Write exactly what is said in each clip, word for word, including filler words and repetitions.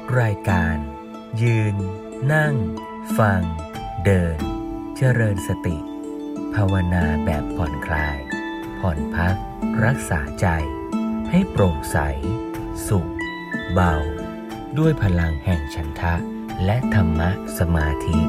รายการยืนนั่งฟังเดินเจริญสติภาวนาแบบผ่อนคลายผ่อนพักรักษาใจให้โปร่งใสสุขเบาด้วยพลังแห่งฉันทะและธรรมะสมาธิ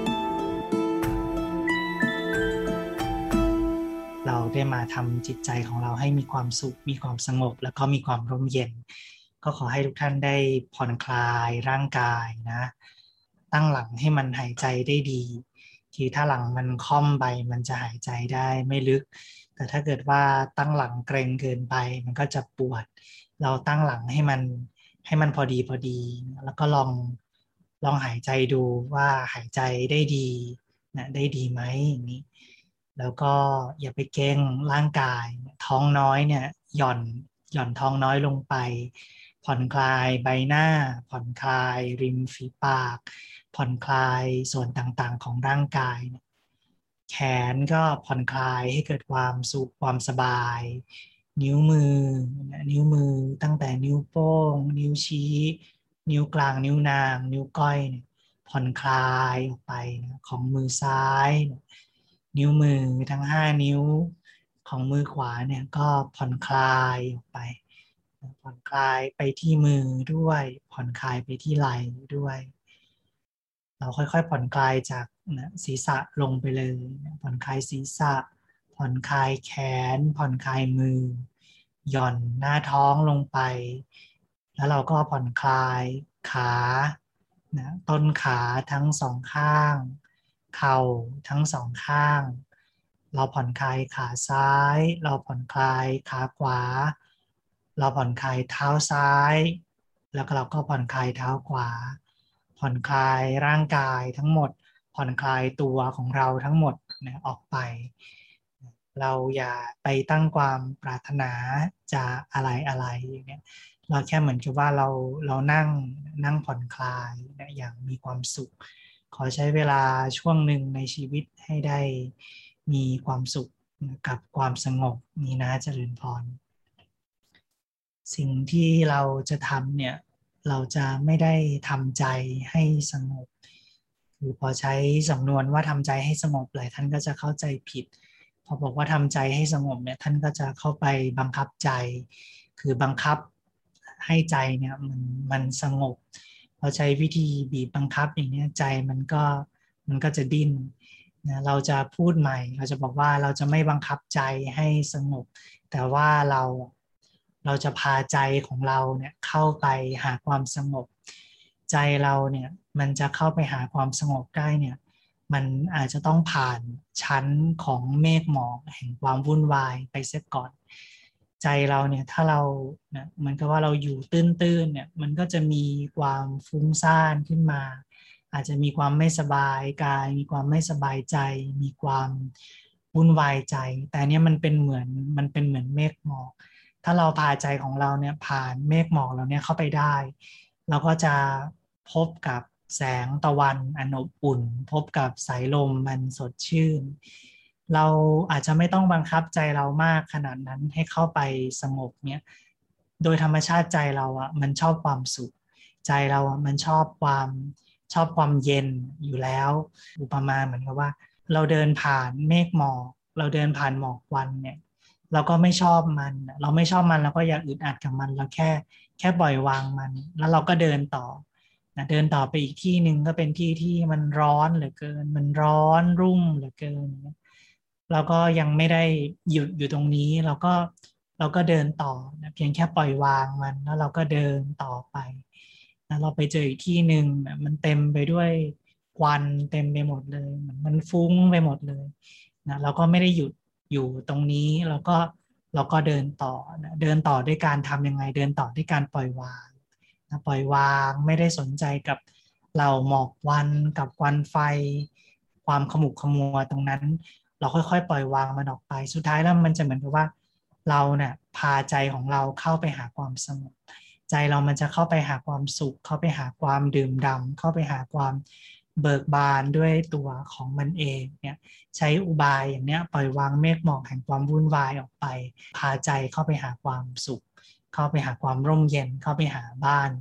เราได้มาทำจิตใจของเราให้มีความสุขมีความสงบแล้วก็มีความร่มเย็นก็ขอให้ทุกท่านได้ผ่อนคลายร่างกายนะตั้งหลังให้มันหายใจได้ดีทีถ้าหลังมันค่อมไปมันจะหายใจได้ไม่ลึกแต่ถ้าเกิดว่าตั้งหลังเกร็งเกินไปมันก็จะปวดเราตั้งหลังให้มันให้มันพอดีพอดีแล้วก็ลองลองหายใจดูว่าหายใจได้ดีนะได้ดีไหมอย่างนี้แล้วก็อย่าไปเกร็งร่างกายท้องน้อยเนี่ยหย่อนหย่อนท้องน้อยลงไปผ่อนคลายใบหน้าผ่อนคลายริมฝีปากผ่อนคลายส่วนต่างๆของร่างกายแขนก็ผ่อนคลายให้เกิดความสุขความสบายนิ้วมือนิ้วมือตั้งแต่นิ้วโป้งนิ้วชี้นิ้วกลางนิ้วนางนิ้วก้อยผ่อนคลายออกไปของมือซ้ายนิ้วมือทั้งห้านิ้วของมือขวาเนี่ยก็ผ่อนคลายออกไปผ่อนคลายไปที่มือด้วยผ่อนคลายไปที่ไหล่ด้วยเราค่อยๆผ่อนคลายจากนะศีรษะลงไปเลยผ่อนคลายศีรษะผ่อนคลายแขนผ่อนคลายมือหย่อนหน้าท้องลงไปแล้วเราก็ผ่อนคลายขานะต้นขาทั้งสองข้างเข่าทั้งสองข้างเราผ่อนคลายขาซ้ายเราผ่อนคลายขาขวาเราผ่อนคลายเท้าซ้ายแล้วก็เราก็ผ่อนคลายเท้าขวาผ่อนคลายร่างกายทั้งหมดผ่อนคลายตัวของเราทั้งหมดนะออกไปเราอย่าไปตั้งความปรารถนาจะอะไรอะไรอย่างเงี้ยเราแค่เหมือนกับว่าเราเรานั่งนั่งผ่อนคลายนะอย่างมีความสุขขอใช้เวลาช่วงหนึ่งในชีวิตให้ได้มีความสุขกับความสงบนี้นะเจริญพรสิ่งที่เราจะทำเนี่ยเราจะไม่ได้ทำใจให้สงบคือพอใช้สำนวนว่าทำใจให้สงบหลายท่านก็จะเข้าใจผิดพอบอกว่าทำใจให้สงบเนี่ยท่านก็จะเข้าไปบังคับใจคือบังคับให้ใจเนี่ยมันมันสงบพอใช้วิธีบีบบังคับอย่างนี้ใจมันก็มันก็จะดิ้นนะเราจะพูดใหม่เราจะบอกว่าเราจะไม่บังคับใจให้สงบแต่ว่าเราเราจะพาใจของเราเนี่ยเข้าไปหาความสงบใจเราเนี่ยมันจะเข้าไปหาความสงบได้เนี่ยมันอาจจะต้องผ่านชั้นของเมฆหมอกแห่งความวุ่นวายไปเสียก่อนใจเราเนี่ยถ้าเราเนี่ยเหมือนกับว่าเราอยู่ตื้นๆเนี่ยมันก็จะมีความฟุ้งซ่านขึ้นมาอาจจะมีความไม่สบายกายมีความไม่สบายใจมีความวุ่นวายใจแต่เนี่ยมันเป็นเหมือนมันเป็นเหมือนเมฆหมอกถ้าเราพาใจของเราเนี่ยผ่านเมฆหมอกเราเนี่ยเข้าไปได้เราก็จะพบกับแสงตะวันอันอบอุ่นพบกับสายลมมันสดชื่นเราอาจจะไม่ต้องบังคับใจเรามากขนาดนั้นให้เข้าไปสงบเนี่ยโดยธรรมชาติใจเราอ่ะมันชอบความสุขใจเราอ่ะมันชอบความชอบความเย็นอยู่แล้วอุปมาเหมือนกับว่าเราเดินผ่านเมฆหมอกเราเดินผ่านหมอกควันเนี่ยเราก็ไม่ชอบมันเราไม่ชอบมันเราก็อย่าอึดอัดกับมันเราแค่แค่ปล่อยวางมันแล้วเราก็เดินต่อนะเดินต่อไปอีกที่หนึ่งก็เป็นที่ที่มันร้อนเหลือเกินมันร้อนรุ่มเหลือเกินเราก็ยังไม่ได้หยุดอยู่ตรงนี้เราก็เราก็เดินต่อนะเพียงแค่ปล่อยวางมันแล้วเราก็เดินต่อไปนะเราไปเจออีกที่หนึ่งนะมันเต็มไปด้วยควันเต็มไปหมดเลยมันฟุ้งไปหมดเลยนะเราก็ไม่ได้หยุดอยู่ตรงนี้เราก็เราก็เดินต่อนะเดินต่อด้วยการทำยังไงเดินต่อด้วยการปล่อยวางนะปล่อยวางไม่ได้สนใจกับเหล่าหมอกควันกับควันไฟความขมุกขมัวตรงนั้นเราค่อยๆปล่อยวางมันออกไปสุดท้ายแล้วมันจะเหมือนกับว่าเราเนี่ยพาใจของเราเข้าไปหาความสงบใจเรามันจะเข้าไปหาความสุขเข้าไปหาความดื่มด่ำเข้าไปหาความเบิกบานด้วยตัวของมันเองเนี่ยใช้อุบายอย่างเนี้ยปล่อยวางเมฆหมอกแห่งความวุ่นวายออกไปพาใจเข้าไปหาความสุขเข้าไปหาความร่มเย็นเข้าไปหาบ้าน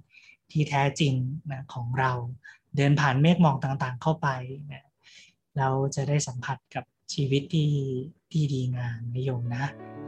ที่แท้จริงนะของเราเดินผ่านเมฆหมอกต่างๆเข้าไปนะเราจะได้สัมผัสกับชีวิตที่ที่ดีงามนิยมนะ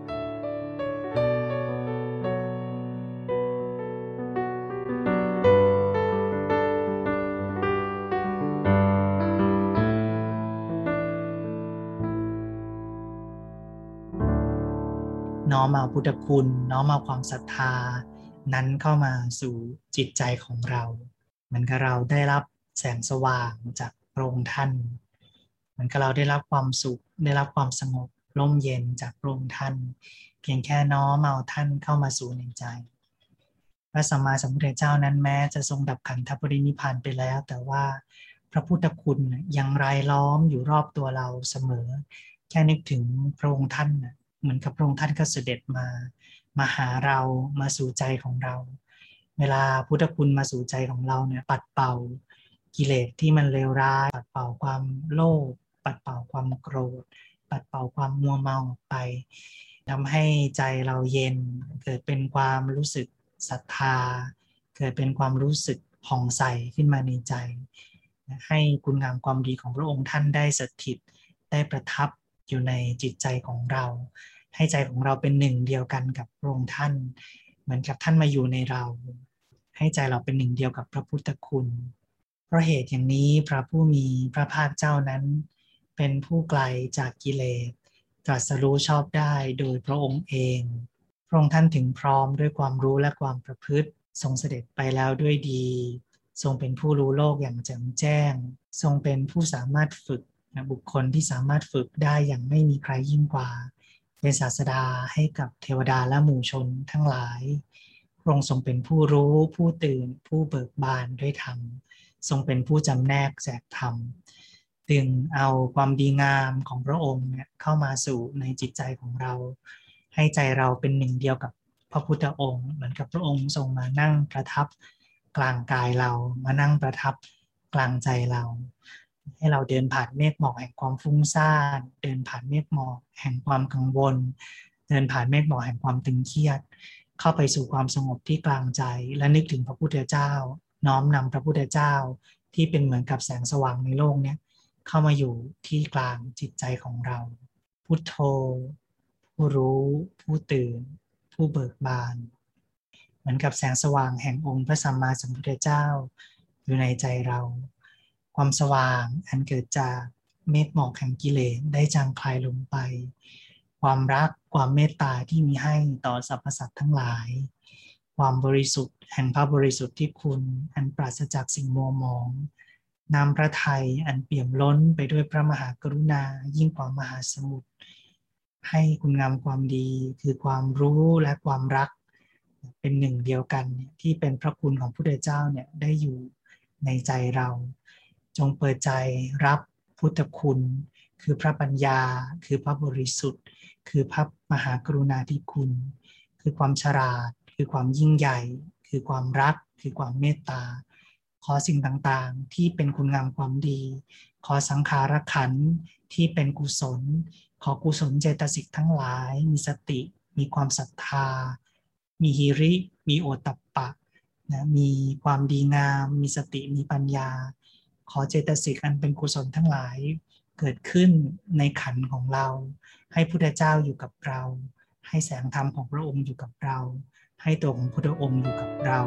น้อมเอาพุทธคุณน้อมเอาความศรัทธานั้นเข้ามาสู่จิตใจของเราเหมือนกับเราได้รับแสงสว่างจากพระองค์ท่านเหมือนกับเราได้รับความสุขได้รับความสงบร่มเย็นจากพระองค์ท่านเพียงแค่น้อมเอาท่านเข้ามาสู่ในใจพระสัมมาสัมพุทธเจ้านั้นแม้จะทรงดับขันธปรินิพพานไปแล้วแต่ว่าพระพุทธคุณยังรายล้อมอยู่รอบตัวเราเสมอแค่นึกถึงพระองค์ท่านเหมือนกับพระองค์ท่านก็เสด็จมามาหาเรามาสู่ใจของเราเวลาพุทธคุณมาสู่ใจของเราเนี่ยปัดเป่ากิเลสที่มันเลวร้ายปัดเป่าความโลภปัดเป่าความโกรธปัดเป่าความมัวเมาออกไปทำให้ใจเราเย็นเกิดเป็นความรู้สึกศรัทธาเกิดเป็นความรู้สึกผ่องใสขึ้นมาในใจให้คุณงามความดีของพระองค์ท่านได้สถิตได้ประทับอยู่ในจิตใจของเราให้ใจของเราเป็นหนึ่งเดียวกันกับพระองค์ท่านเหมือนกับท่านมาอยู่ในเราให้ใจเราเป็นหนึ่งเดียวกับพระพุทธคุณเพราะเหตุอย่างนี้พระผู้มีพระภาคเจ้านั้นเป็นผู้ไกลจากกิเลสตรัสรู้ชอบได้โดยพระองค์เองพระองค์ท่านถึงพร้อมด้วยความรู้และความประพฤติทรงเสด็จไปแล้วด้วยดีทรงเป็นผู้รู้โลกอย่างแจ่มแจ้งทรงเป็นผู้สามารถฝึกบุคคลที่สามารถฝึกได้อย่างไม่มีใครยิ่งกว่าเป็นศาสดาให้กับเทวดาและหมู่ชนทั้งหลายพระองค์ทรงเป็นผู้รู้ผู้ตื่นผู้เบิกบานด้วยธรรมทรงเป็นผู้จำแนกแจกธรรมดึงเอาความดีงามของพระองค์เนี่ยเข้ามาสู่ในจิตใจของเราให้ใจเราเป็นหนึ่งเดียวกับพระพุทธองค์เหมือนกับพระองค์ทรงมานั่งประทับกลางกายเรามานั่งประทับกลางใจเราให้เราเดินผ่านเมฆหมอกแห่งความฟุ้งซ่านเดินผ่านเมฆหมอกแห่งความกังวลเดินผ่านเมฆหมอกแห่งความตึงเครียดเข้าไปสู่ความสงบที่กลางใจและนึกถึงพระพุทธเจ้าน้อมนำพระพุทธเจ้าที่เป็นเหมือนกับแสงสว่างในโลกนี้เข้ามาอยู่ที่กลางจิตใจของเราพุทโธผู้รู้ผู้ตื่นผู้เบิกบานเหมือนกับแสงสว่างแห่งองค์พระสัมมาสัมพุทธเจ้าอยู่ในใจเราความสว่างอันเกิดจากเมฆหมอกแห่งกิเลสได้จางคลายลงไปความรักความเมตตาที่มีให้ต่อสรรพสัตว์ทั้งหลายความบริสุทธิ์แห่งพระบริสุทธิ์ที่คุณอันปราศจากสิ่งมัวหมองน้ำพระทัยอันเปี่ยมล้นไปด้วยพระมหากรุณายิ่งกว่ามหาสมุทรให้คุณงามความดีคือความรู้และความรักเป็นหนึ่งเดียวกันที่เป็นพระคุณของพระพุทธเจ้าเนี่ยได้อยู่ในใจเราจงเปิดใจรับพุทธคุณคือพระปัญญาคือพระบริสุทธิ์คือพระมหากรุณาธิคุณคือความฉลาดคือความยิ่งใหญ่คือความรักคือความเมตตาขอสิ่งต่างๆที่เป็นคุณงามความดีขอสังขารขันธ์ที่เป็นกุศลขอกุศลเจตสิกทั้งหลายมีสติมีความศรัทธามีหิริมีโอตตัปปะนะมีความดีงามมีสติมีปัญญาขอเจตสิกอันเป็นกุศลทั้งหลายเกิดขึ้นในขันธ์ของเราให้พุทธเจ้าอยู่กับเราให้แสงธรรมของพระองค์อยู่กับเราให้ตัวของพุทธองค์อยู่กับเรา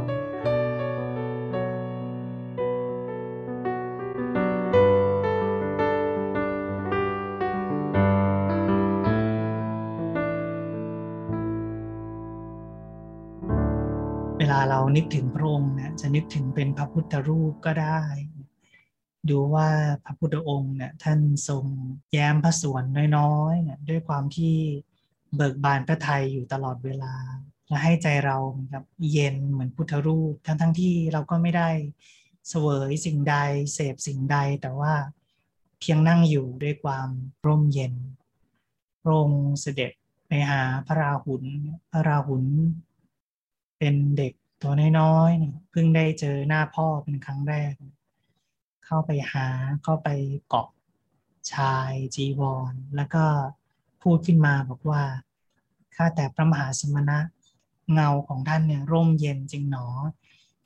เวลาเรานึกถึงพระองค์เนี่ยจะนึกถึงเป็นพระพุทธรูปก็ได้ดูว่าพระพุทธองค์เนี่ยท่านทรงแย้มพระสวนน้อยๆเนี่ยด้วยความที่เบิกบานพระทัยอยู่ตลอดเวลาและให้ใจเราแบบเย็นเหมือนพุทธรูปทั้งทั้งที่เราก็ไม่ได้เสวยสิ่งใดเสพสิ่งใดแต่ว่าเพียงนั่งอยู่ด้วยความร่มเย็นพระองค์เสด็จไปหาพระราหุลพระราหุลเป็นเด็กตัวน้อยๆเนี่ยเพิ่งได้เจอหน้าพ่อเป็นครั้งแรกเข้าไปหาเข้าไปเกาะชายจีวรแล้วก็พูดขึ้นมาบอกว่าข้าแต่พระมหาสมณะเงาของท่านเนี่ยร่มเย็นจริงหนอ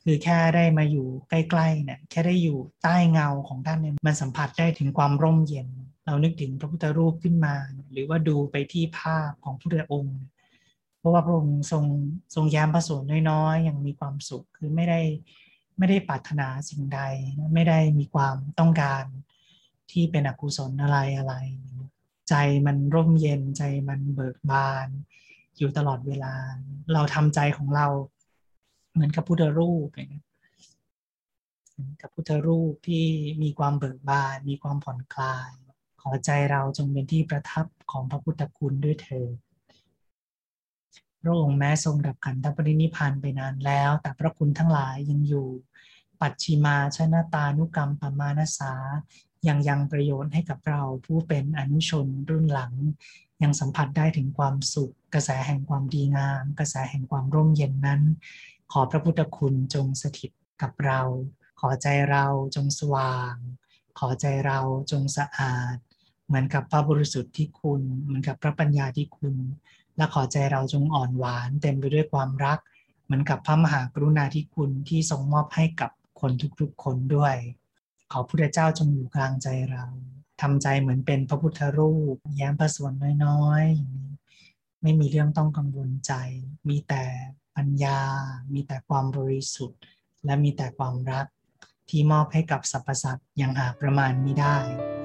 คือแค่ได้มาอยู่ใกล้ๆเนี่ยแค่ได้อยู่ใต้เงาของท่านเนี่ยมันสัมผัสได้ถึงความร่มเย็นเรานึกถึงพระพุทธรูปขึ้นมาหรือว่าดูไปที่ภาพของพระพุทธองค์เพราะว่าพระองค์ทรงทรงแย้มพระโสดน้อยๆยังมีความสุขคือไม่ได้ไม่ได้ปรารถนาสิ่งใดไม่ได้มีความต้องการที่เป็นอกุศลอะไรอะไรใจมันร่มเย็นใจมันเบิกบานอยู่ตลอดเวลาเราทำใจของเราเหมือนกับพุทธรูปอย่างนี้กับพุทธรูปที่มีความเบิกบานมีความผ่อนคลายขอใจเราจงเป็นที่ประทับของพระพุทธคุณด้วยเถิดพระองค์แม้ทรงดับขันธปรินิพพานไปนานแล้วแต่พระคุณทั้งหลายยังอยู่ปัจฉิมาชนะตานุกรรมปมาณสายังยังประโยชน์ให้กับเราผู้เป็นอนุชนรุ่นหลังยังสัมผัสได้ถึงความสุขกระแสแห่งความดีงามกระแสแห่งความร่มเย็นนั้นขอพระพุทธคุณจงสถิตกับเราขอใจเราจงสว่างขอใจเราจงสะอาดเหมือนกับพระบริสุทธิ์ที่คุณเหมือนกับพระปัญญาที่คุณและขอใจเราจงอ่อนหวานเต็มไปด้วยความรักเหมือนกับพระมหากรุณาธิคุณที่ทรงมอบให้กับคนทุกๆคนด้วยขอพระพุทธเจ้าจงอยู่กลางใจเราทำใจเหมือนเป็นพระพุทธรูปแย้มพระสวรน้อยๆอย่างนี้ไม่มีเรื่องต้องกังวลใจมีแต่ปัญญามีแต่ความบริสุทธิ์และมีแต่ความรักที่มอบให้กับสรรพสัตว์อย่างหาประมาณมิได้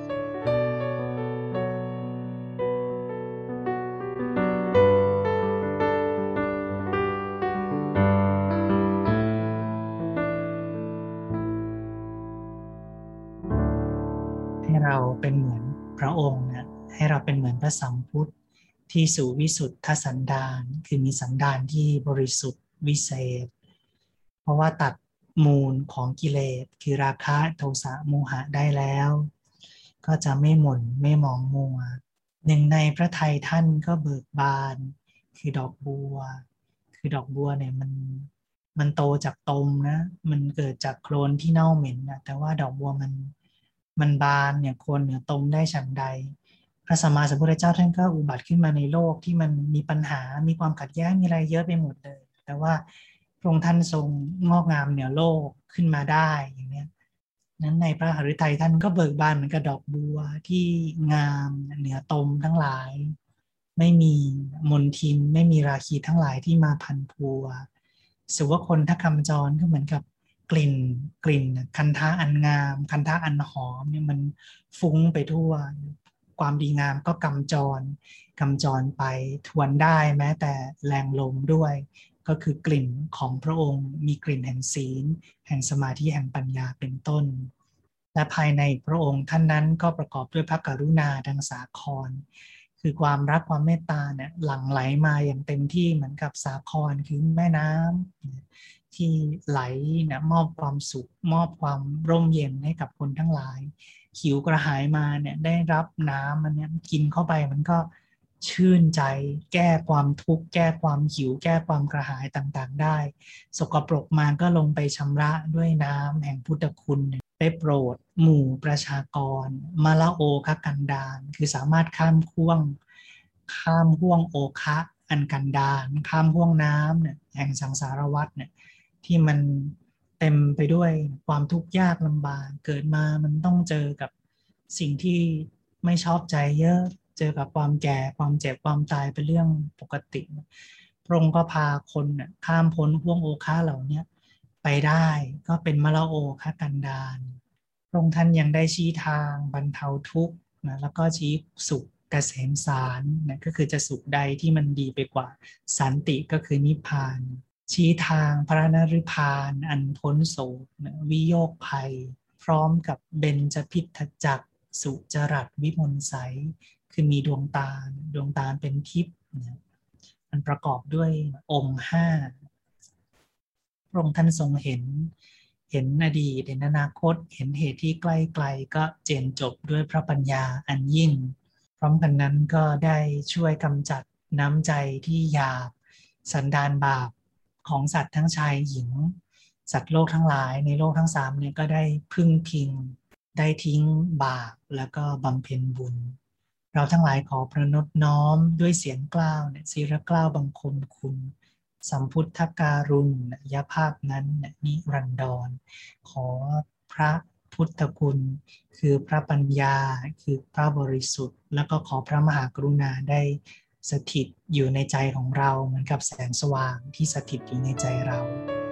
ให้เราเป็นเหมือนพระองค์นะให้เราเป็นเหมือนพระสัมพุทธที่สู่วิสุทธสันดานคือมีสันดานที่บริสุทธิ์วิเศษเพราะว่าตัดมูลของกิเลสคือราคะโทสะโมหะได้แล้วก็จะไม่หม่นไม่หมองมัวหนึ่งในพระทัยท่านก็เบิกบานคือดอกบัวคือดอกบัวเนี่ยมันมันโตจากตมนะมันเกิดจากโคลนที่เน่าเหม็นนะแต่ว่าดอกบัวมันมันบานเนี่ยโคนเนี่ยตมได้ฉันใดพระสัมมาสัมพุทธเจ้าท่านก็อุบัติขึ้นมาในโลกที่มันมีปัญหามีความขัดแย้งมีอะไรเยอะไปหมดเลยแต่ว่าพระองค์ท่านทรงงอกงามเหนือโลกขึ้นมาได้อย่างเนี้ยนั้นในพระหฤทัยท่านก็เบิกบานเหมือนกับดอกบัวที่งามเหนือตมทั้งหลายไม่มีมลทินไม่มีราคีทั้งหลายที่มาพันพัวสุวคนทคำจรก็เหมือนกับกลิ่นกลิ่นคันธะอันงามคันธะอันหอมเนี่ยมันฟุ้งไปทั่วความดีงามก็กำจรกำจรไปทวนได้แม้แต่แรงลมด้วยก็คือกลิ่นของพระองค์มีกลิ่นแห่งศีลแห่งสมาธิแห่งปัญญาเป็นต้นและภายในพระองค์ท่านนั้นก็ประกอบด้วยพระกรุณาดังสาครคือความรักความเมตตาเนี่ยหลั่งไหลมาอย่างเต็มที่เหมือนกับสาครคือแม่น้ำที่ไหลนะมอบความสุขมอบความร่มเย็นให้กับคนทั้งหลายหิวกระหายมาเนี่ยได้รับน้ำมันเนี่ยกินเข้าไปมันก็ชื่นใจแก้ความทุกข์แก้ความหิวแก้ความกระหายต่างๆได้สกปรกมาก็ลงไปชำระด้วยน้ำแห่งพุทธคุณได้โปรดหมู่ประชากรมละโอคะกันดารคือสามารถข้ามข่วงข้ามห่วงโอคะอันกันดารข้ามห่วงน้ำเนี่ยแห่งสังสารวัฏเนี่ยที่มันเต็มไปด้วยความทุกข์ยากลำบากเกิดมามันต้องเจอกับสิ่งที่ไม่ชอบใจเยอะเจอกับความแก่ความเจ็บความตายเป็นเรื่องปกติพระองค์ก็พาคนข้ามพ้นห่วงโอคะเหล่านี้ไปได้ก็เป็นมละโอคะกันดารพระองค์ท่านยังได้ชี้ทางบรรเทาทุกข์นะแล้วก็ชี้สุขเกษมสารนะก็คือจะสุขใดที่มันดีไปกว่าสันติก็คือนิพพานชี้ทางพระนฤพานอันพ้นโศกนะวิโยคภัยพร้อมกับเบญจพิทจักสุจรัสวิมลใสคือมีดวงตาดวงตาเป็นทิพย์นะมันประกอบด้วยองค์ห้าพระองค์ท่านทรงเห็นเห็นอดีตเห็นอนาคตเห็นเหตุที่ใกล้ไกลก็เจนจบด้วยพระปัญญาอันยิ่งพร้อมกันนั้นก็ได้ช่วยกำจัดน้ำใจที่หยาบสันดานบาปของสัตว์ทั้งชายหญิงสัตว์โลกทั้งหลายในโลกทั้งสามเนี่ยก็ได้พึ่งพิงได้ทิ้งบาปแล้วก็บำเพ็ญบุญเราทั้งหลายขอประนอบน้อมด้วยเสียงกล้าวเนี่ยศิรกล้าวบังคมคุณสัมพุทธการุณยภาพนั้นนิรันดรขอพระพุทธคุณคือพระปัญญาคือพระบริสุทธิ์แล้วก็ขอพระมหากรุณาได้สถิตอยู่ในใจของเราเหมือนกับแสงสว่างที่สถิตอยู่ในใจเรา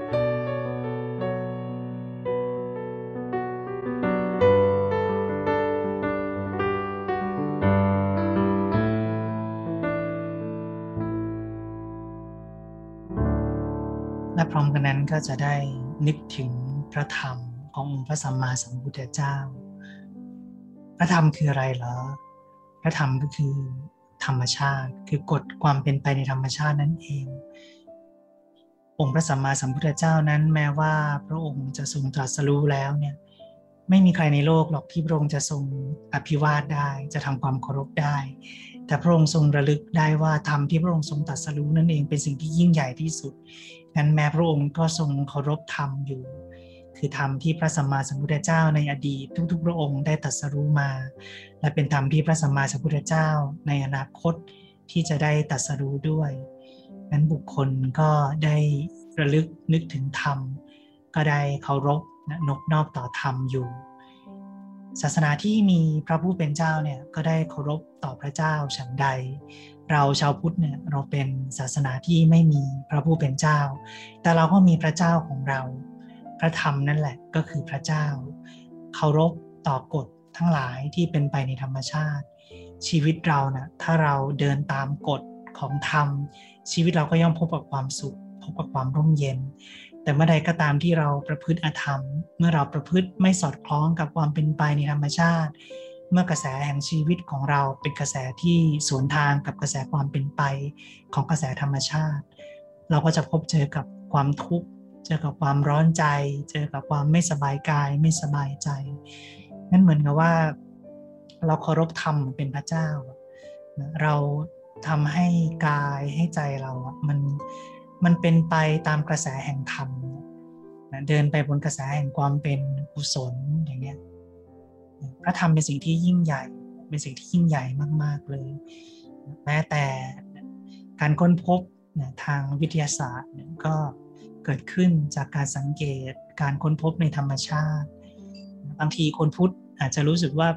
และพร้อมกันนั้นก็จะได้นึกถึงพระธรรมขององค์พระสัมมาสัมพุทธเจ้าพระธรรมคืออะไรเหรอพระธรรมก็คือธรรมชาติคือกฎความเป็นไปในธรรมชาตินั่นเององค์พระสัมมาสัมพุทธเจ้านั้นแม้ว่าพระองค์จะทรงตรัสรู้แล้วเนี่ยไม่มีใครในโลกหรอกที่พระองค์จะทรงอภิวาทได้จะทำความเคารพได้แต่พระองค์ทรงระลึกได้ว่าธรรมที่พระองค์ทรงตรัสรู้นั่นเองเป็นสิ่งที่ยิ่งใหญ่ที่สุดงั้นแม้พระองค์ก็ทรงเคารพธรรมอยู่คือธรรมที่พระสัมมาสัมพุทธเจ้าในอดีตทุกๆพระองค์ได้ตรัสรู้มาและเป็นธรรมที่พระสัมมาสัมพุทธเจ้าในอนาคตที่จะได้ตรัสรู้ด้วยนั้นบุคคลก็ได้ระลึกนึกถึงธรรมก็ได้เคารพนอบนอบต่อธรรมอยู่ศาสนาที่มีพระผู้เป็นเจ้าเนี่ยก็ได้เคารพต่อพระเจ้าฉันใดเราชาวพุทธเนี่ยเราเป็นศาสนาที่ไม่มีพระผู้เป็นเจ้าแต่เราก็มีพระเจ้าของเราพระธรรมนั่นแหละก็คือพระเจ้าเคารพต่อกฎทั้งหลายที่เป็นไปในธรรมชาติชีวิตเรานะถ้าเราเดินตามกฎของธรรมชีวิตเราก็ย่อมพบกับความสุขพบกับความร่มเย็นแต่เมื่อใดก็ตามที่เราประพฤติอธรรมเมื่อเราประพฤติไม่สอดคล้องกับความเป็นไปในธรรมชาติเมื่อกระแสแห่งชีวิตของเราเป็นกระแสที่สวนทางกับกระแสความเป็นไปของกระแสธรรมชาติเราก็จะพบเจอกับความทุกข์เจอกับความร้อนใจเจอกับความไม่สบายกายไม่สบายใจนั่นเหมือนกับว่าเราเคารพธรรมเป็นพระเจ้าเราทำให้กายให้ใจเรามันมันเป็นไปตามกระแสแห่งธรรมเดินไปบนกระแสแห่งความเป็นกุศลอย่างเงี้ยพระธรรมเป็นสิ่งที่ยิ่งใหญ่เป็นสิ่งที่ยิ่งใหญ่มากๆเลยแม้แต่การค้นพบทางวิทยาศาสตร์ก็เกิดขึ้นจากการสังเกตการค้นพบในธรรมชาติบางทีคนพุทธอาจจะรู้สึกว่า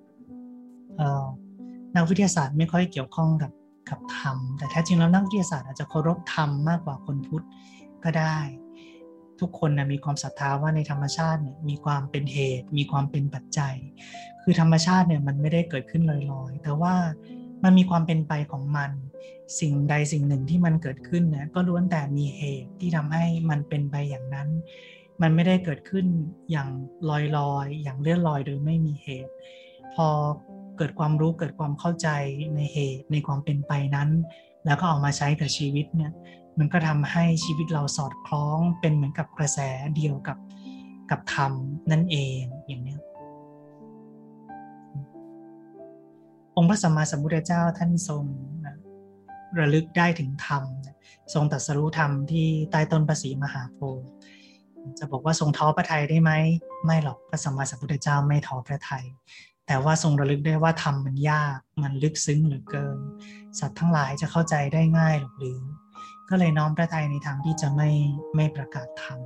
นักวิทยาศาสตร์ไม่ค่อยเกี่ยวข้องกับกับธรรมแต่แท้จริงแล้วนักวิทยาศาสตร์อาจจะเคารพธรรมมากกว่าคนพุทธก็ได้ทุกคนนะมีความศรัทธาว่าในธรรมชาติเนี่ยมีความเป็นเหตุมีความเป็นปัจจัยคือธรรมชาติเนี่ยมันไม่ได้เกิดขึ้นลอยๆแต่ว่ามันมีความเป็นไปของมันสิ่งใดสิ่งหนึ่งที่มันเกิดขึ้นเนี่ยก็ล้วนแต่มีเหตุที่ทำให้มันเป็นไปอย่างนั้นมันไม่ได้เกิดขึ้นอย่างลอยๆอย่างเลื่อนลอยโดยไม่มีเหตุพอเกิดความรู้เกิดความเข้าใจในเหตุในความเป็นไปนั้นแล้วก็เอามาใช้กับชีวิตเนี่ยมันก็ทำให้ชีวิตเราสอดคล้องเป็นเหมือนกับกระแสเดียวกับกับธรรมนั่นเองอย่างนี้องค์พระสัมมาสัมพุทธเจ้าท่านทรงระลึกได้ถึงธรรมทรงตรัสรู้ธรรมที่ใต้ต้นพระศรีมหาโพธิ์จะบอกว่าทรงท้อพระทัยได้ไหมไม่หรอกพระสัมมาสัมพุทธเจ้าไม่ท้อพระทัยแต่ว่าทรงระลึกได้ว่าธรรมมันยากมันลึกซึ้งเหลือเกินสัตว์ทั้งหลายจะเข้าใจได้ง่ายหรือหรือก็เลยน้อมพระทัยในทางที่จะไม่ไม่ประกาศธรรม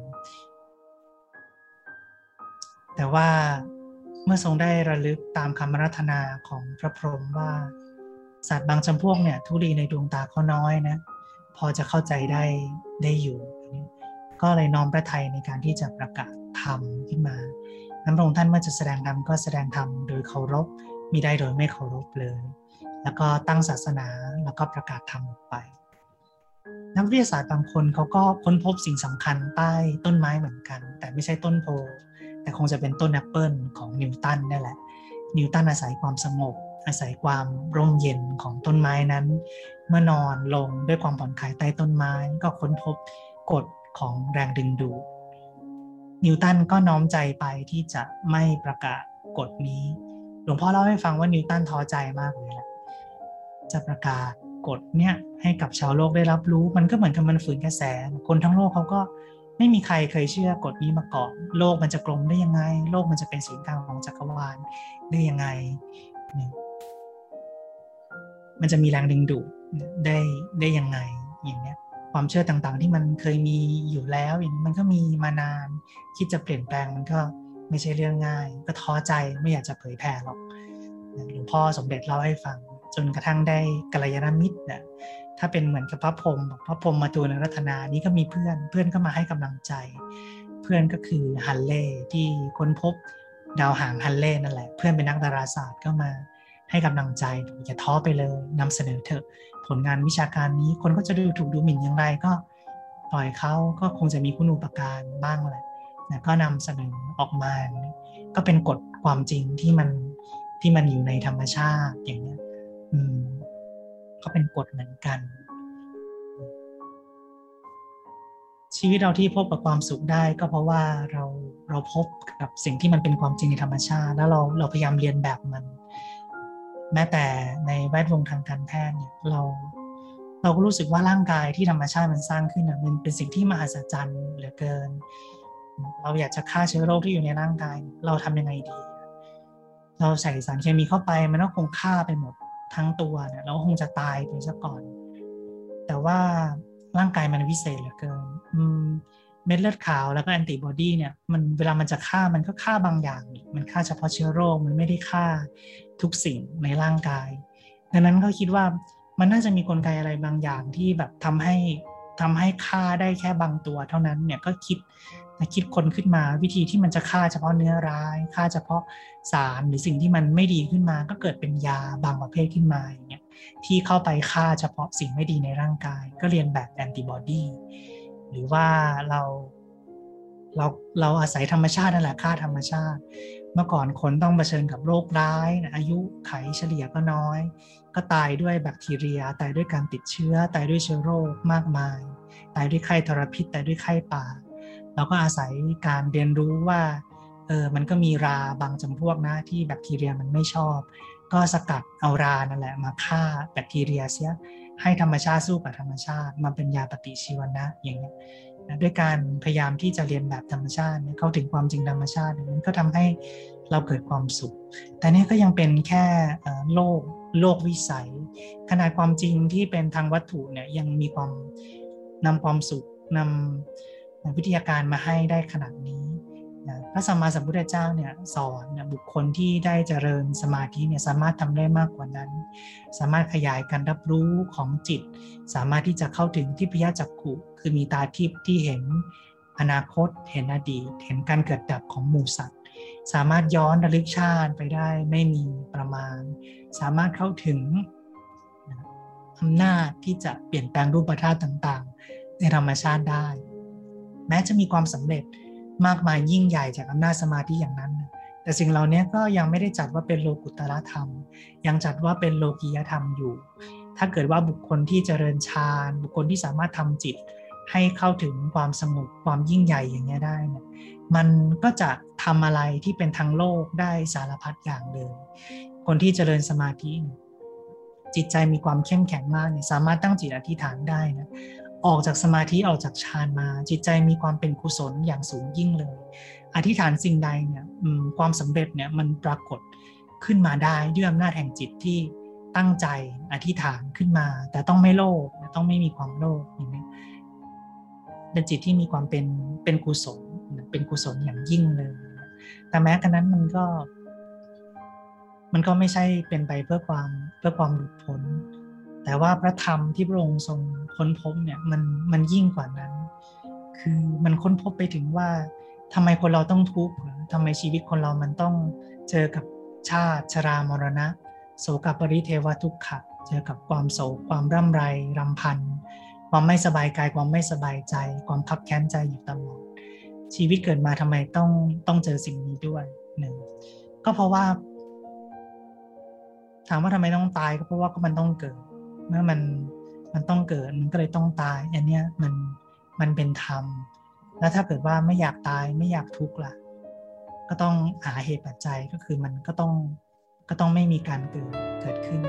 แต่ว่าเมื่อทรงได้ระลึกตามคำอาราธนาของพระพรหมว่าสัตว์บางจำพวกเนี่ยธุลีในดวงตาเขาน้อยนะพอจะเข้าใจได้ได้อยู่ก็เลยน้อมพระทัยในการที่จะประกาศธรรมขึ้นมาพระองค์ท่านเมื่อจะแสดงธรรมก็แสดงธรรมโดยเคารพมิได้โดยไม่เคารพเลยแล้วก็ตั้งศาสนาแล้วก็ประกาศธรรมออกไปนักวิทยาศาสตร์บางคนเขาก็ค้นพบสิ่งสำคัญใต้ต้นไม้เหมือนกันแต่ไม่ใช่ต้นโพแต่คงจะเป็นต้นแอปเปิลของนิวตันนั่นแหละนิวตันอาศัยความสงบอาศัยความร่มเย็นของต้นไม้นั้นเมื่อนอนลงด้วยความผ่อนคลายใต้ต้นไม้ก็ค้นพบกฎของแรงดึงดูดนิวตันก็น้อมใจไปที่จะไม่ประกาศกฎนี้หลวงพ่อเล่าให้ฟังว่านิวตันท้อใจมากเลยแหละจะประกาศกฎเนี่ยให้กับชาวโลกได้รับรู้มันก็เหมือนกับมันฝืนกระแสคนทั้งโลกเขาก็ไม่มีใครเคยเชื่อกฎนี้มาก่อนโลกมันจะกลมได้ยังไงโลกมันจะเป็นศูนย์กลางของจักรวาลได้ยังไงมันจะมีแรงดึงดูดได้ได้ยังไงอย่างเนี้ยความเชื่อต่างๆที่มันเคยมีอยู่แล้วอย่างนี้มันก็มีมานานคิดจะเปลี่ยนแปลงมันก็ไม่ใช่เรื่องง่ายก็ท้อใจไม่อยากจะเผยแผ่หรอกหลวงพ่อสมเด็จเล่าให้ฟังจนกระทั่งได้กัลยาณมิตรนะถ้าเป็นเหมือนกับพระพรหมพระพรหมมาตูนรัตนานี้ก็มีเพื่อนเพื่อนก็มาให้กำลังใจเพื่อนก็คือฮันเล่ที่ค้นพบดาวหางฮันเล่นั่นแหละเพื่อนเป็นนักดาราศาสตร์ก็มาให้กำลังใจอย่าท้อไปเลยนำเสนอเถอะผลงานวิชาการนี้คนก็จะดูถูกดูหมิ่นอย่างไรก็ปล่อยเขาก็คงจะมีคุณูปการบ้างแหละนะก็นำเสนอออกมาก็เป็นกฎความจริงที่มันที่มันอยู่ในธรรมชาติอย่างนี้อืมก็เป็นกฎเหมือนกันชีวิตเราที่พบกับความสุขได้ก็เพราะว่าเราเราพบกับสิ่งที่มันเป็นความจริงในธรรมชาติแล้วเราเราพยายามเรียนแบบมันแม้แต่ในแวดวงทางการแพทย์เนี่ยเราเราก็รู้สึกว่าร่างกายที่ธรรมชาติมันสร้างขึ้นนะมันเป็นสิ่งที่มหัศจรรย์เหลือเกินเราอยากจะฆ่าเชื้อโรคที่อยู่ในร่างกายเราทำยังไงดีเราใส่สารเคมีเข้าไปมันก็คงฆ่าไปหมดทั้งตัวเนี่ยเราคงจะตายไปซะก่อนแต่ว่าร่างกายมันวิเศษเหลือเกินเม็ดเลือดขาวแล้วก็แอนติบอดีเนี่ยมันเวลามันจะฆ่ามันก็ฆ่าบางอย่างมันฆ่าเฉพาะเชื้อโรคมันไม่ได้ฆ่าทุกสิ่งในร่างกายดังนั้นก็คิดว่ามันน่าจะมีกลไกอะไรบางอย่างที่แบบทำให้ทำให้ฆ่าได้แค่บางตัวเท่านั้นเนี่ยก็คิดคิดคนขึ้นมาวิธีที่มันจะฆ่าเฉพาะเนื้อร้ายฆ่าเฉพาะสารหรือสิ่งที่มันไม่ดีขึ้นมาก็เกิดเป็นยาบางประเภทขึ้นมาอย่างเงี้ยที่เข้าไปฆ่าเฉพาะสิ่งไม่ดีในร่างกายก็เรียนแบบแอนติบอดีหรือว่าเราเราเราอาศัยธรรมชาตินั่นแหละฆ่าธรรมชาติเมื่อก่อนคนต้องเผชิญกับโรคร้ายนะอายุไขเฉลี่ยก็น้อยก็ตายด้วยแบคทีเรียตายด้วยการติดเชื้อตายด้วยเชื้อโรคมากมายตายด้วยไข้ทรพิษตายด้วยไข้ป่าเราก็อาศัยการเรียนรู้ว่าเออมันก็มีราบางจำพวกนะที่แบคทีเรียมันไม่ชอบก็สกัดเอารานั่นแหละมาฆ่าแบคทีเรียเสียให้ธรรมชาติสู้กับธรรมชาติมาเป็นยาปฏิชีวนะอย่างนี้นะด้วยการพยายามที่จะเรียนแบบธรรมชาติเข้าถึงความจริงธรรมชาติมันก็ทำให้เราเกิดความสุขแต่นี่ก็ยังเป็นแค่โลกโลกวิสัยขนาดความจริงที่เป็นทางวัตถุเนี่ยยังมีความนำความสุขนำวิทยาการมาให้ได้ขนาดนี้นะพระสัมมาสัมพุทธเจ้าเนี่ยสอนนะบุคคลที่ได้เจริญสมาธิเนี่ยสามารถทำได้มากกว่านั้นสามารถขยายการรับรู้ของจิตสามารถที่จะเข้าถึงทิพยจักขุคือมีตาทิพย์ที่เห็นอนาคตเห็นอดีตเห็นการเกิดดับของหมู่สัตว์สามารถย้อนระลึกชาติไปได้ไม่มีประมาณสามารถเข้าถึงอำนาจที่จะเปลี่ยนแปลงรูปธาตุต่างๆในธรรมชาติได้แม้จะมีความสำเร็จมากมายยิ่งใหญ่จากอำนาจสมาธิอย่างนั้นแต่สิ่งเหล่านี้ก็ยังไม่ได้จัดว่าเป็นโลกุตตรธรรมยังจัดว่าเป็นโลกียธรรมอยู่ถ้าเกิดว่าบุคคลที่เจริญฌานบุคคลที่สามารถทำจิตให้เข้าถึงความสงบความยิ่งใหญ่อย่างนี้ได้เนี่ยมันก็จะทำอะไรที่เป็นทางโลกได้สารพัดอย่างเลยคนที่เจริญสมาธิจิตใจมีความเข้มแข็งมากเนี่ยสามารถตั้งจิตอธิษฐานได้นะออกจากสมาธิออกจากฌานมาจิตใจมีความเป็นกุศลอย่างสูงยิ่งเลยอธิษฐานสิ่งใดเนี่ยความสำเร็จเนี่ยมันปรากฏขึ้นมาได้ด้วยอำนาจแห่งจิตที่ตั้งใจอธิษฐานขึ้นมาแต่ต้องไม่โลภต้องไม่มีความโลภอย่างนี้เป็นจิตที่มีความเป็นเป็นกุศลเป็นกุศลอย่างยิ่งเลยแต่แม้กระนั้นมันก็มันก็ไม่ใช่เป็นไปเพื่อความเพื่อความหลุดพ้นแต่ว่าพระธรรมที่พระองค์ทรงค้นพบเนี่ยมันมันยิ่งกว่านั้นคือมันค้นพบไปถึงว่าทำไมคนเราต้องทุกข์ทำไมชีวิตคนเรามันต้องเจอกับชาติชรามรณะโศกปริเทวทุกขะเจอกับความโศกความร่ำไรรำพันความไม่สบายกายความไม่สบายใจความคับแค้นใจอยู่ตลอดชีวิตเกิดมาทำไมต้องต้องเจอสิ่งนี้ด้วยหนึ่งก็เพราะว่าถามว่าทำไมต้องตายก็เพราะว่าก็มันต้องเกิดเมื่อมันมันต้องเกิดมันก็เลยต้องตายอันเนี้ยมันมันเป็นธรรมแล้วถ้าเกิดว่าไม่อยากตายไม่อยากทุกข์ล่ะก็ต้องหาเหตุปัจจัยก็คือมันก็ต้องก็ต้องไม่มีการเกิดเกิดขึ้น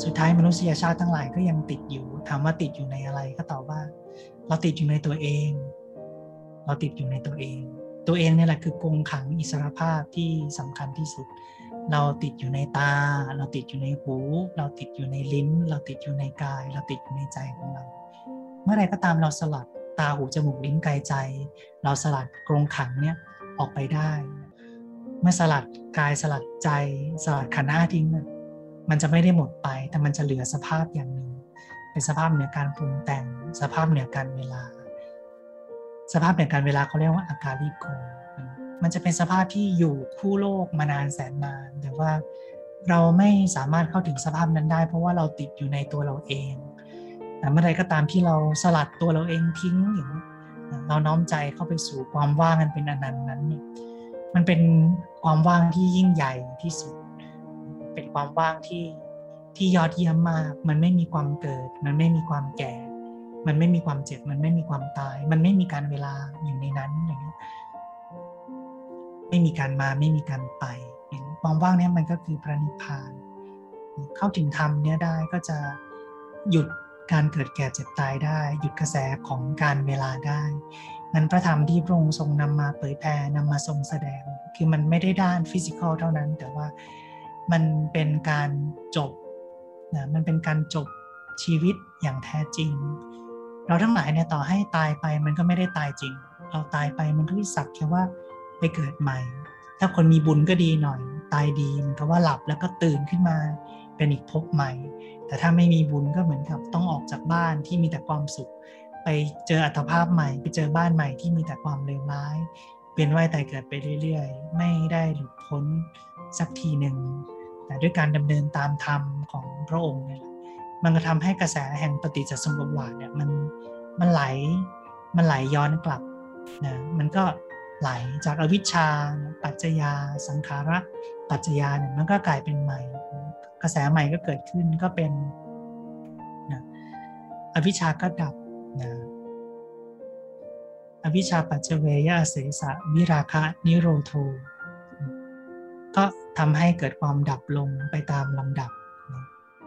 สุดท้ายมนุษยชาติทั้งหลายก็ยังติดอยู่ถามว่าติดอยู่ในอะไรก็ตอบว่าเราติดอยู่ในตัวเองเราติดอยู่ในตัวเองตัวเองนี่แหละคือกรงขังอิสรภาพที่สำคัญที่สุดเราติดอยู่ในตาเราติดอยู่ในหูเราติดอยู่ในลิ้นเราติดอยู่ในกายเราติดอยู่ในใจของเราเมื่อไรก็ตามเราสลัดตาหูจมูกลิ้นกายใจเราสลัดกรงขังเนี่ยออกไปได้เมื่อสลัดกายสลัดใจสลัดขันธ์ห้าทิ้งเนี่ยมันจะไม่ได้หมดไปแต่มันจะเหลือสภาพอย่างหนึ่งเป็นสภาพเหนือการปรุงแต่งสภาพเหนือการเวลาสภาพเหนือการเวลาเขาเรียกว่าอากาลิโกมันจะเป็นสภาพที่อยู่คู่โลกมานานแสนนานแต่ว่าเราไม่สามารถเข้าถึงสภาพนั้นได้เพราะว่าเราติดอยู่ในตัวเราเองแต่เมื่อใดก็ตามที่เราสลัดตัวเราเองทิ้งอย่างเราน้อมใจเข้าไปสู่ความว่างกันเป็นอนันต์นั้นเนี่ยมันเป็นความว่างที่ยิ่งใหญ่ที่สุดเป็นความว่างที่ที่ยอดเยี่ยมมากมันไม่มีความเกิดมันไม่มีความแก่มันไม่มีความเจ็บมันไม่มีความตายมันไม่มีการเวลาอยู่ในนั้นอย่างเงี้ยไม่มีการมาไม่มีการไปความว่างนี้มันก็คือพระนิพพานเข้าถึงธรรมเนี่ยได้ก็จะหยุดการเกิดแก่เจ็บตายได้หยุดกระแสของการเวลาได้นั้นพระธรรมที่พระองค์ทรงนำมาเผยแผ่นำมาทรงแสดงคือมันไม่ได้ด้านฟิสิกอลเท่านั้นแต่ว่ามันเป็นการจบนะมันเป็นการจบชีวิตอย่างแท้จริงเราทั้งหลายเนี่ยต่อให้ตายไปมันก็ไม่ได้ตายจริงเราตายไปมันก็สักแค่ว่าไปเกิดใหม่ถ้าคนมีบุญก็ดีหน่อยตายดีมันก็ว่าหลับแล้วก็ตื่นขึ้นมาเป็นอีกภพใหม่แต่ถ้าไม่มีบุญก็เหมือนกับต้องออกจากบ้านที่มีแต่ความสุขไปเจออัตภาพใหม่ไปเจอบ้านใหม่ที่มีแต่ความเลวร้ายเปลี่ยนว่ายตายเกิดไปเรื่อยๆไม่ได้หลุดพ้นสักทีหนึ่งแต่ด้วยการดำเนินตามธรรมของพระองค์เนี่ยมันก็ทำให้กระแสแห่งปฏิจจสมุปบาทเนี่ยมันมันไหลมันไหลย้อนกลับนะมันก็ไหลจากอวิชชาปัจจยาสังขาระปัจจยาเนี่ยมันก็กลายเป็นใหม่กระแสใหม่ก็เกิดขึ้นก็เป็นนะอวิชชาก็ดับนะอวิชชาปัจเจเวยะเสสะวิราคะนิโรโธก็ทำให้เกิดความดับลงไปตามลำดับนะ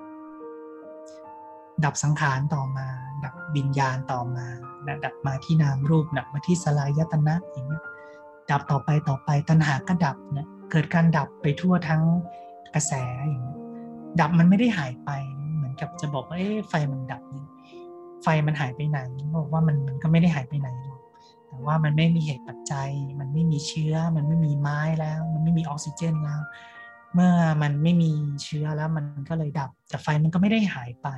ดับสังขารต่อมาดับวิญญาณต่อมานะดับมาที่นามรูปดับมาที่สลายตนะอย่างนี้ดับต่อไปต่อไปตัณหาก็ดับนะเกิดการดับไปทั่วทั้งกระแสอย่างนี้ดับมันไม่ได้หายไปเหมือนกับจะบอกว่าเอ๊ะไฟมันดับนี่ไฟมันหายไปไหนบอกว่ามันมันก็ไม่ได้หายไปไหนหรอกแต่ว่ามันไม่มีเหตุปัจจัยมันไม่มีเชื้อมันไม่มีไม้แล้วมันไม่มีออกซิเจนแล้วเมื่อมันไม่มีเชื้อแล้วมันก็เลยดับแต่ไฟมันก็ไม่ได้หายไป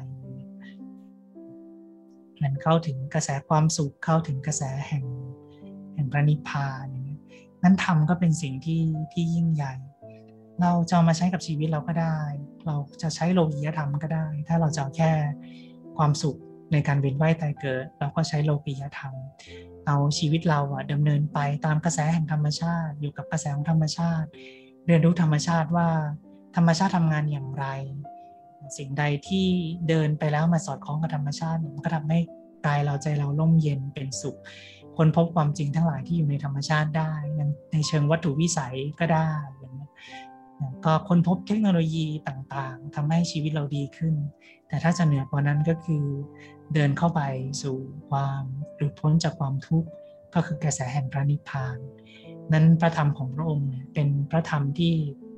มันเข้าถึงกระแสความสุขเข้าถึงกระแสแห่งแห่งพระนิพพานอย่างนี้นั้นธรรมก็เป็นสิ่งที่ที่ยิ่งใหญ่เราจะเอามาใช้กับชีวิตเราก็ได้เราจะใช้โลกียธรรมก็ได้ถ้าเราจะเอาแค่ความสุขในการเวียนว่ายตายเกิดเราก็ใช้โลกียธรรมเอาชีวิตเราอะดำเนินไปตามกระแสแห่งธรรมชาติอยู่กับกระแสของธรรมชาติเรียนรู้ธรรมชาติว่าธรรมชาติทำงานอย่างไรสิ่งใดที่เดินไปแล้วมาสอดคล้องกับธรรมชาติมันก็ทำให้กายเราใจเราร่มเย็นเป็นสุขค้นพบความจริงทั้งหลายที่อยู่ในธรรมชาติได้ในเชิงวัตถุวิสัยก็ได้อย่างนี้ก็ค้นพบเทคโนโลยีต่างๆทำให้ชีวิตเราดีขึ้นแต่ถ้าจะเหนือกว่านั้นก็คือเดินเข้าไปสู่ความหลุดพ้นจากความทุกข์ก็คือกระแสแห่งพระนิพพานนั้นพระธรรมของพระองค์เป็นพระธรรมที่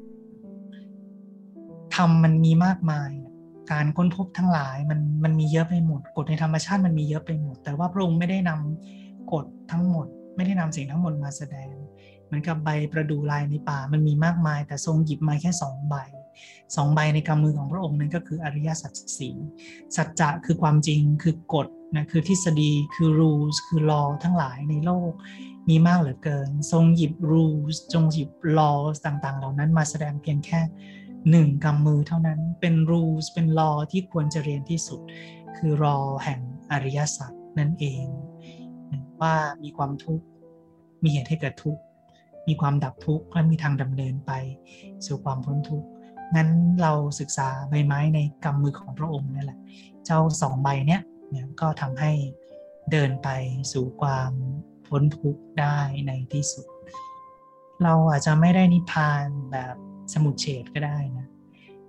ธรรมมันมีมากมายการค้นพบทั้งหลายมันมันมีเยอะไปหมดกฎในธรรมชาติมันมีเยอะไปหมดแต่ว่าพระองค์ไม่ได้นำกฎทั้งหมดไม่ได้นำสิ่งทั้งหมดมาแสดงเหมือนกับใบประดู่ลายในป่ามันมีมากมายแต่ทรงหยิบมาแค่สองใบสองใบในกำมือของพระองค์นั้นก็คืออริยสัจสี่สัจจะคือความจริงคือกฎนะคือทฤษฎีคือ rules คือ law ทั้งหลายในโลกมีมากเหลือเกินทรงหยิบ rules จงหยิบ laws ต่างๆเหล่านั้นมาแสดงเพียงแค่หนึ่งกำมือเท่านั้นเป็น rules เป็น law ที่ควรจะเรียนที่สุดคือ law แห่งอริยสัจนั่นเองว่ามีความทุกข์มีเหตุให้เกิดทุกข์มีความดับทุกข์และมีทางดำเนินไปสู่ความพ้นทุกข์งั้นเราศึกษาใบไม้ในกำมือของพระองค์นั่นแหละเจ้าสองใบเนี้ยก็ทำให้เดินไปสู่ความพ้นทุกข์ได้ในที่สุดเราอาจจะไม่ได้นิพพานแบบสมุจเฉทก็ได้นะ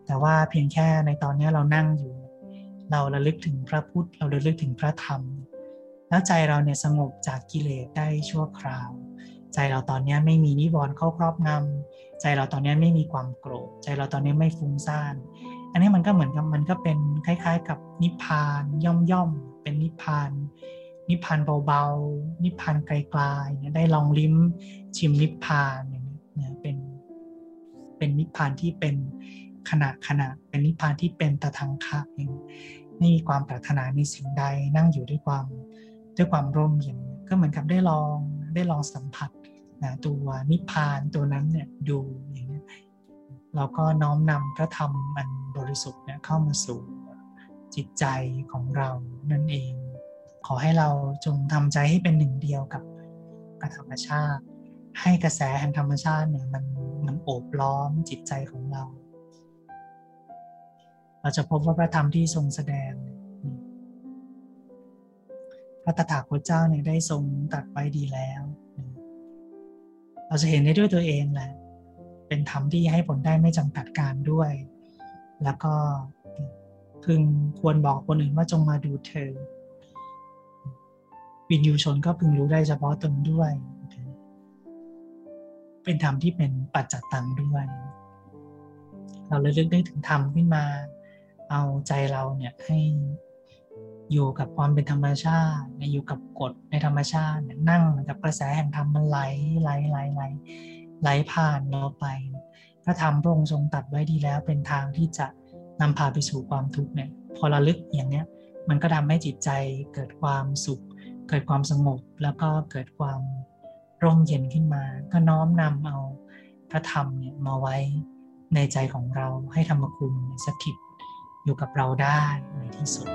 แต่ว่าเพียงแค่ในตอนนี้เรานั่งอยู่เราระลึกถึงพระพุทธเราระลึกถึงพระธรรมแล้วใจเราเนี่ยสงบจากกิเลสได้ชั่วคราวใจเราตอนนี้ไม่มีนิวรณ์เข้าครอบงำใจเราตอนนี้ไม่มีความโกรธใจเราตอนนี้ไม่ฟุ้งซ่านอันนี้มันก็เหมือนกับมันก็เป็นคล้ายๆกับนิพพานย่อมๆเป็นนิพพานนิพพานเบาๆนิพพานไกลๆเนี่ยได้ลองลิ้มชิมนิพพานเนี่ยเป็นเป็นนิพพานที่เป็นขณะขณะเป็นนิพพานที่เป็นตถังคะเองไม่มีความปรารถนาในสิ่งใดนั่งอยู่ด้วยความด้วยความร่มเย็นก็เหมือนกับได้ลองได้ลองสัมผัสนะตัวนิพพานตัวนั้นเนี่ยดูอย่างนี้เราก็น้อมนำพระธรรมอันบริสุทธิ์เนี่ยเข้ามาสู่จิตใจของเรานั่นเองขอให้เราจงทำใจให้เป็นหนึ่งเดียวกับกับธรรมชาติให้กระแสแห่งธรรมชาติเนี่ยมันมันโอบล้อมจิตใจของเราเราจะพบว่าพระธรรมที่ทรงแสดงพระตถาคตเจ้าเนี่ยได้ทรงตรัสไว้ดีแล้วเราจะเห็นได้ด้วยตัวเองแหละเป็นธรรมที่ให้ผลได้ไม่จำกัดการด้วยแล้วก็พึงควรบอกคนอื่นว่าจงมาดูเธอวินยูชนก็พึงรู้ได้เฉพาะตนด้วยเป็นธรรมที่เป็นปัจจตังด้วยเราเลยลึกได้ถึงธรรมขึ้นมาเอาใจเราเนี่ยให้อยู่กับความเป็นธรรมชาติอยู่กับกฎในธรรมชาตินั่งกับกระแสแห่งธรรมมันไหลไหลไหลไหลไหลผ่านเราไปพระธรรมพระองค์ทรงตรัสไว้ดีแล้วเป็นทางที่จะนำพาไปสู่ความทุกข์เนี่ยพอระลึกอย่างเนี้ยมันก็ทำให้จิตใจเกิดความสุขเกิดความสงบแล้วก็เกิดความร่มเย็นขึ้นมาก็น้อมนำเอาพระธรรมเนี่ยมาไว้ในใจของเราให้ธรรมคุณสถิตอยู่กับเราได้ในที่สุด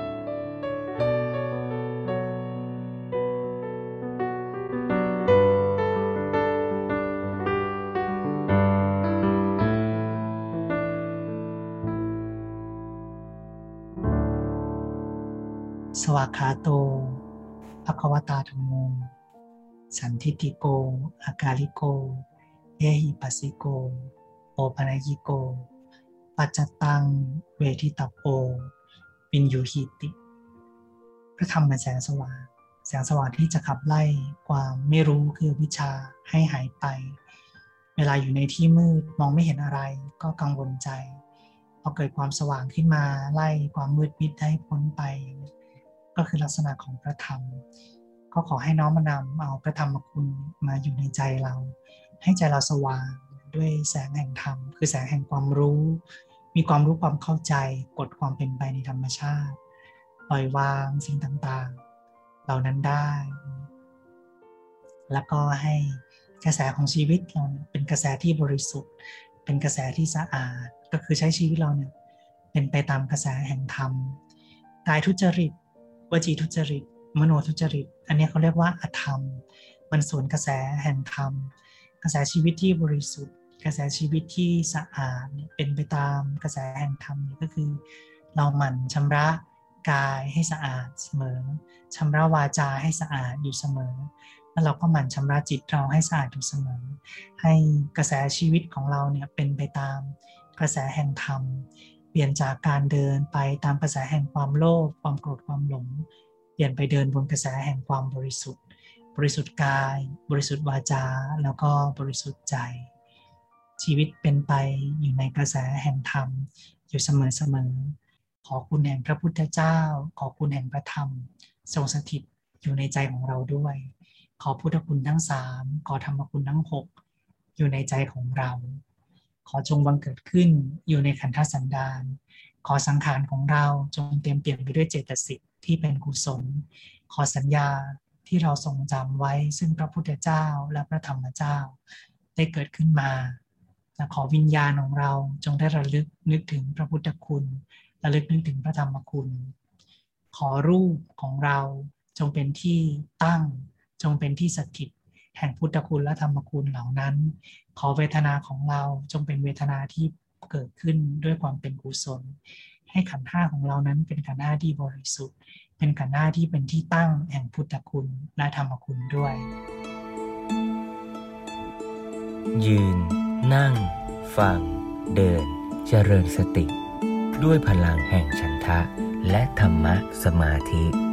สวากขาโตภควตาธัมโมสันทิฏฐิโกอากาลิโกเอหิปัสสิโกโอปัญญิโกปัจจตังเวทิตโปวินยูหิติพระธรรมเป็นแสงสว่างแสงสว่างที่จะขับไล่ความไม่รู้คือวิชาให้หายไปเวลาอยู่ในที่มืดมองไม่เห็นอะไรก็กังวลใจพอเกิดความสว่างขึ้นมาไล่ความมืดมิดให้พ้นไปก็คือลักษณะของพระธรรมก็ขอให้น้อมนำเอาพระธรรมคุณมาอยู่ในใจเราให้ใจเราสว่างด้วยแสงแห่งธรรมคือแสงแห่งความรู้มีความรู้ความเข้าใจกฎความเป็นไปในธรรมชาติปล่อยวางสิ่งต่างๆเหล่านั้นได้แล้วก็ให้กระแสของชีวิตเราเป็นกระแสที่บริสุทธิ์เป็นกระแสที่สะอาดก็คือใช้ชีวิตเราเนี่ยเป็นไปตามกระแสแห่งธรรมกายทุจริตวจีทุจริตมโนทุจริตอันนี้เขาเรียกว่าอธรรมมันสวนกระแสแห่งธรรมกระแสชีวิตที่บริสุทธิ์กระแสชีวิตที่สะอาดเป็นไปตามกระแสแห่งธรรมก็คือเราหมั่นชำระกายให้สะอาดเสมอชำระวาจาให้สะอาดอยู่เสมอแล้วเราก็หมั่นชำระจิตเราให้สะอาดอยู่เสมอให้กระแสชีวิตของเราเนี่ยเป็นไปตามกระแสแห่งธรรมเปลี่ยนจากการเดินไปตามกระแสแห่งความโลภความโกรธความหลงเปลี่ยนไปเดินบนกระแสแห่งความบริสุทธิ์บริสุทธิ์กายบริสุทธิ์วาจาแล้วก็บริสุทธิ์ใจชีวิตเป็นไปอยู่ในกระแสแห่งธรรมอยู่เสมอๆขอคุณแห่งพระพุทธเจ้าขอคุณแห่งพระธรรมทรงสถิตอยู่ในใจของเราด้วยขอพุทธคุณทั้งสามขอธรรมคุณทั้งหกอยู่ในใจของเราขอจงบังเกิดขึ้นอยู่ในขันธสันดานขอสังขารของเราจงเต็มเปี่ยมไปด้วยเจตสิกที่เป็นกุศลขอสัญญาที่เราทรงจำไว้ซึ่งพระพุทธเจ้าและพระธรรมเจ้าได้เกิดขึ้นมาและขอวิญญาณของเราจงได้ระลึกนึกถึงพระพุทธคุณระลึกนึกถึงพระธรรมคุณขอรูปของเราจงเป็นที่ตั้งจงเป็นที่สถิตแห่งพุทธคุณและธรรมคุณเหล่านั้นขอเวทนาของเราจงเป็นเวทนาที่เกิดขึ้นด้วยความเป็นกุศลให้ขันธ์ห้าของเรานั้นเป็นขันธ์ห้าที่บริสุทธิ์เป็นขันธ์ห้าที่เป็นที่ตั้งแห่งพุทธคุณและธรรมคุณด้วยยืนนั่งฟังเดินเจริญสติด้วยพลังแห่งฉันทะและธรรมะสมาธิ